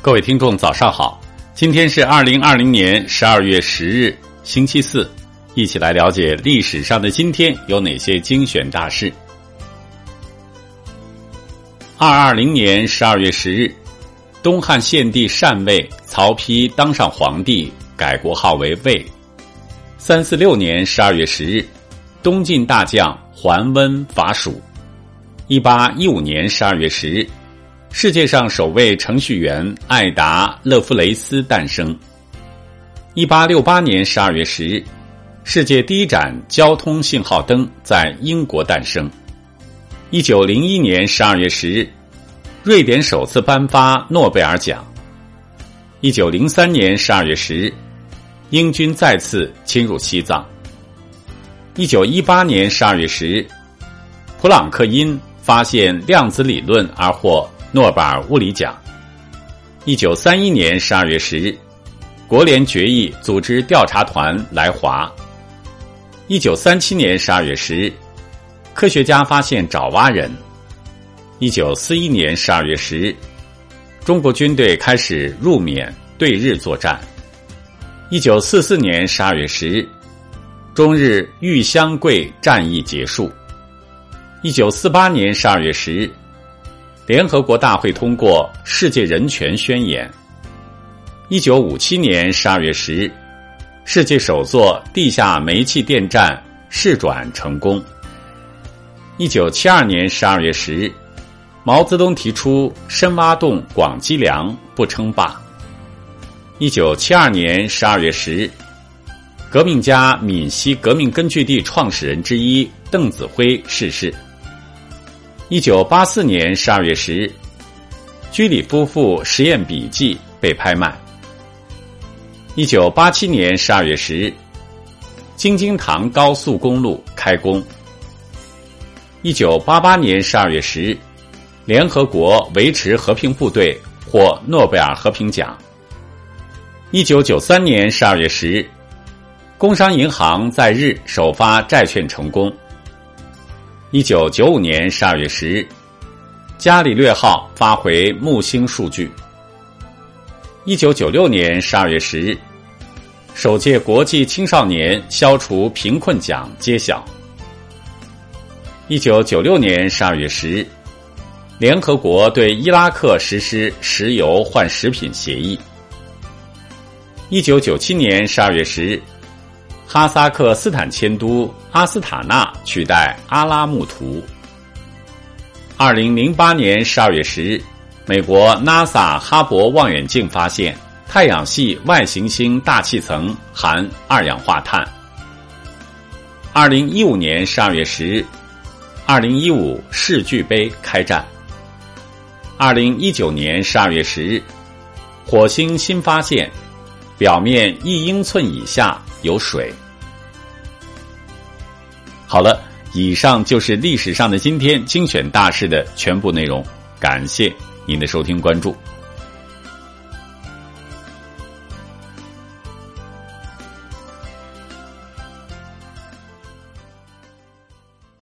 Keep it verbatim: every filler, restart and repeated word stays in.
各位听众早上好，今天是二零二零年十二月十日星期四，一起来了解历史上的今天有哪些精选大事。二二零年十二月十日，东汉献帝禅位，曹丕当上皇帝，改国号为魏。三四六年十二月十日，东晋大将桓温伐蜀。一八一五年十二月十日，世界上首位程序员艾达·勒夫雷斯诞生。一八六八年十二月十日，世界第一盏交通信号灯在英国诞生。一九零一年十二月十日，瑞典首次颁发诺贝尔奖。一九零三年十二月十日，英军再次侵入西藏。一九一八年十二月十日，普朗克因发现量子理论而获诺贝尔物理奖。一九三一年十二月十日，国联决议组织调查团来华。一九三七年十二月十日，科学家发现爪哇人。一九四一年十二月十日，中国军队开始入缅对日作战。一九四四年十二月十日，中日豫湘桂战役结束。一九四八年十二月十日，联合国大会通过《世界人权宣言》。一九五七年十二月十日，世界首座地下煤气电站试转成功。一九七二年十二月十日，毛泽东提出深挖洞广积粮，不称霸。一九七二年十二月十日，革命家闽西革命根据地创始人之一邓子恢逝世。一九八四年十二月十日，居里夫妇实验笔记被拍卖。一九八七年十二月十日，京津塘高速公路开工。一九八八年十二月十日，联合国维持和平部队获诺贝尔和平奖。一九九三年十二月十日，工商银行在日首发债券成功。一九九五年十二月十日，伽利略号发回木星数据。一九九六年十二月十日，首届国际青少年消除贫困奖揭晓。一九九六年十二月十日，联合国对伊拉克实施石油换食品协议。一九九七年十二月十日，哈萨克斯坦迁都阿斯塔纳取代阿拉木图。二零零八年十二月十日，美国 NASA 哈勃望远镜发现太阳系外行星大气层含二氧化碳。二零一五年十二月十日，二零一五世俱杯开战。二零一九年十二月十日，火星新发现，表面一英寸以下有水。好了，以上就是历史上的今天精选大事的全部内容，感谢您的收听关注。